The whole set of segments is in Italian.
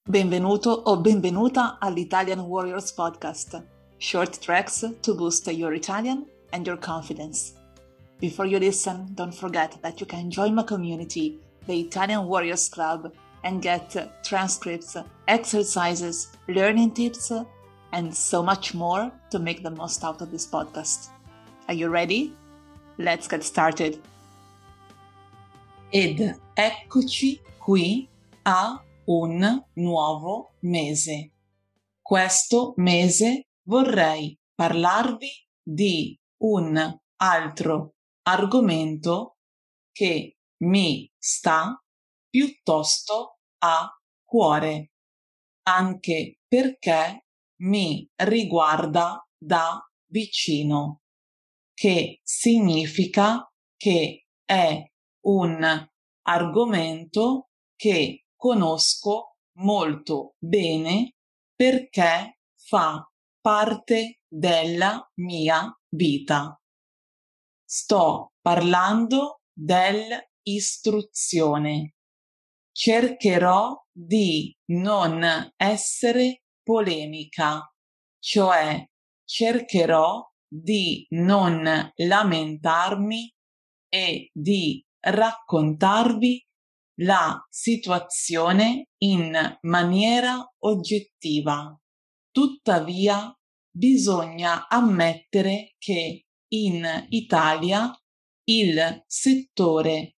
Benvenuto o benvenuta all'Italian Warriors Podcast, short tracks to boost your Italian and your confidence. Before you listen, don't forget that you can join my community, the Italian Warriors Club, and get transcripts, exercises, learning tips, and so much more to make the most out of this podcast. Are you ready? Let's get started! Ed eccoci qui a un nuovo mese. Questo mese vorrei parlarvi di un altro argomento che mi sta piuttosto a cuore, anche perché mi riguarda da vicino, che significa che è un argomento che conosco molto bene perché fa parte della mia vita. Sto parlando dell'istruzione. Cercherò di non essere polemica, cioè cercherò di non lamentarmi e di raccontarvi la situazione in maniera oggettiva. Tuttavia, bisogna ammettere che in Italia il settore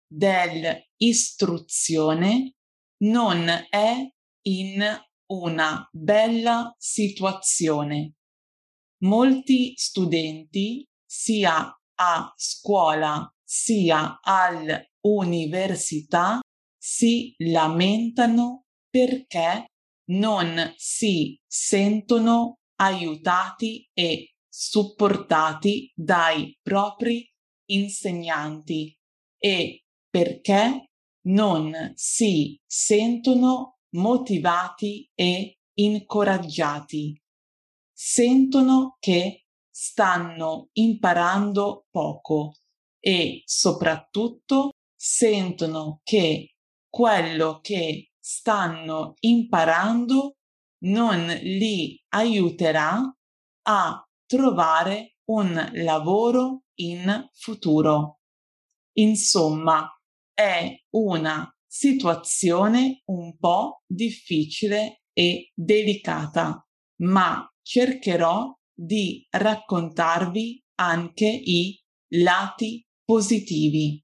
dell'istruzione non è in una bella situazione. Molti studenti, sia a scuola sia all'università, si lamentano perché non si sentono aiutati e supportati dai propri insegnanti e perché non si sentono motivati e incoraggiati. Sentono che stanno imparando poco e soprattutto sentono che quello che stanno imparando non li aiuterà a trovare un lavoro in futuro. Insomma, è una situazione un po' difficile e delicata, ma cercherò di raccontarvi anche i lati positivi.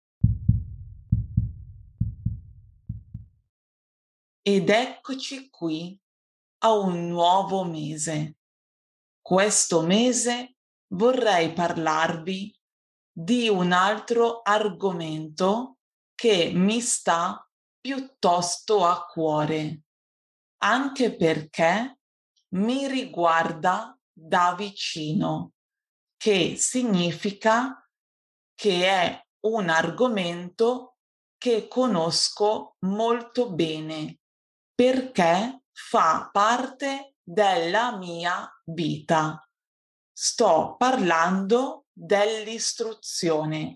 Ed eccoci qui a un nuovo mese. Questo mese vorrei parlarvi di un altro argomento che mi sta piuttosto a cuore, anche perché mi riguarda da vicino, che significa che è un argomento che conosco molto bene, perché fa parte della mia vita. Sto parlando dell'istruzione.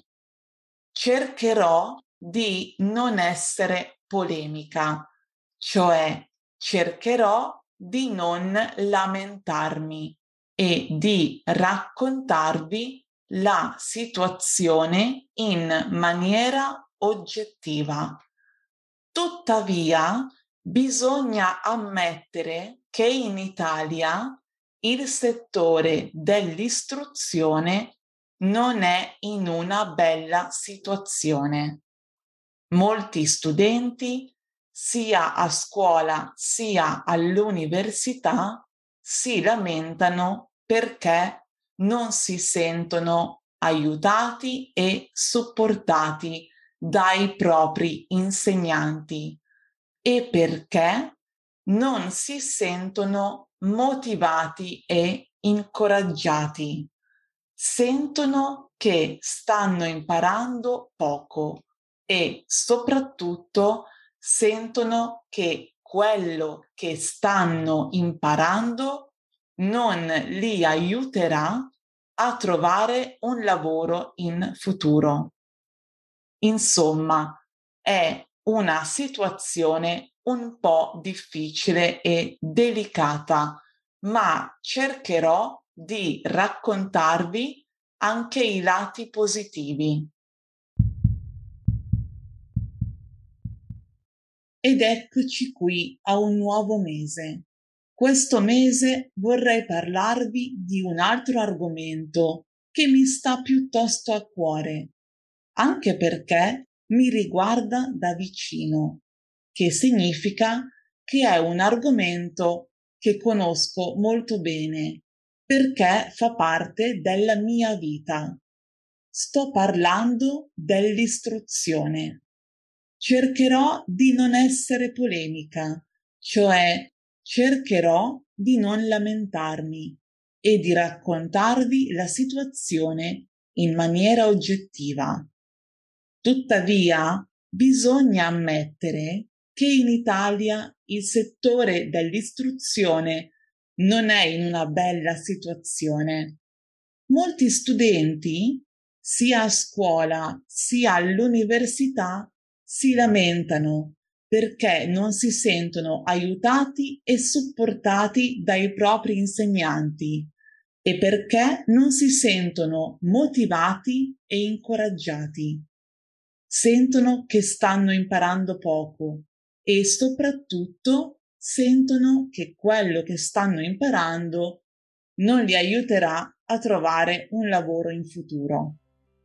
Cercherò di non essere polemica, cioè cercherò di non lamentarmi e di raccontarvi la situazione in maniera oggettiva. Tuttavia, bisogna ammettere che in Italia il settore dell'istruzione non è in una bella situazione. Molti studenti, sia a scuola sia all'università, si lamentano perché non si sentono aiutati e supportati dai propri insegnanti e perché non si sentono motivati e incoraggiati. Sentono che stanno imparando poco e soprattutto sentono che quello che stanno imparando non li aiuterà a trovare un lavoro in futuro. Insomma, è una situazione un po' difficile e delicata, ma cercherò di raccontarvi anche i lati positivi. Ed eccoci qui a un nuovo mese. Questo mese vorrei parlarvi di un altro argomento che mi sta piuttosto a cuore, anche perché mi riguarda da vicino, che significa che è un argomento che conosco molto bene, perché fa parte della mia vita. Sto parlando dell'istruzione. Cercherò di non essere polemica, cioè cercherò di non lamentarmi e di raccontarvi la situazione in maniera oggettiva. Tuttavia, bisogna ammettere che in Italia il settore dell'istruzione non è in una bella situazione. Molti studenti, sia a scuola sia all'università, si lamentano perché non si sentono aiutati e supportati dai propri insegnanti e perché non si sentono motivati e incoraggiati. Sentono che stanno imparando poco e soprattutto sentono che quello che stanno imparando non li aiuterà a trovare un lavoro in futuro.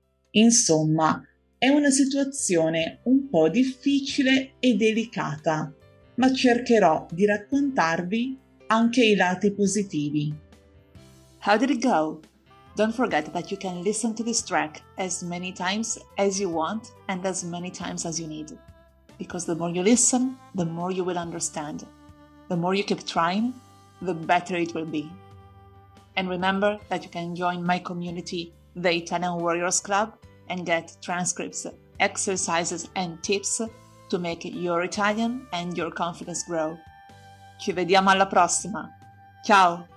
Insomma, è una situazione un po' difficile e delicata, ma cercherò di raccontarvi anche i lati positivi. How did it go? Don't forget that you can listen to this track as many times as you want and as many times as you need. Because the more you listen, the more you will understand. The more you keep trying, the better it will be. And remember that you can join my community, the Italian Warriors Club, and get transcripts, exercises, and tips to make your Italian and your confidence grow. Ci vediamo alla prossima. Ciao!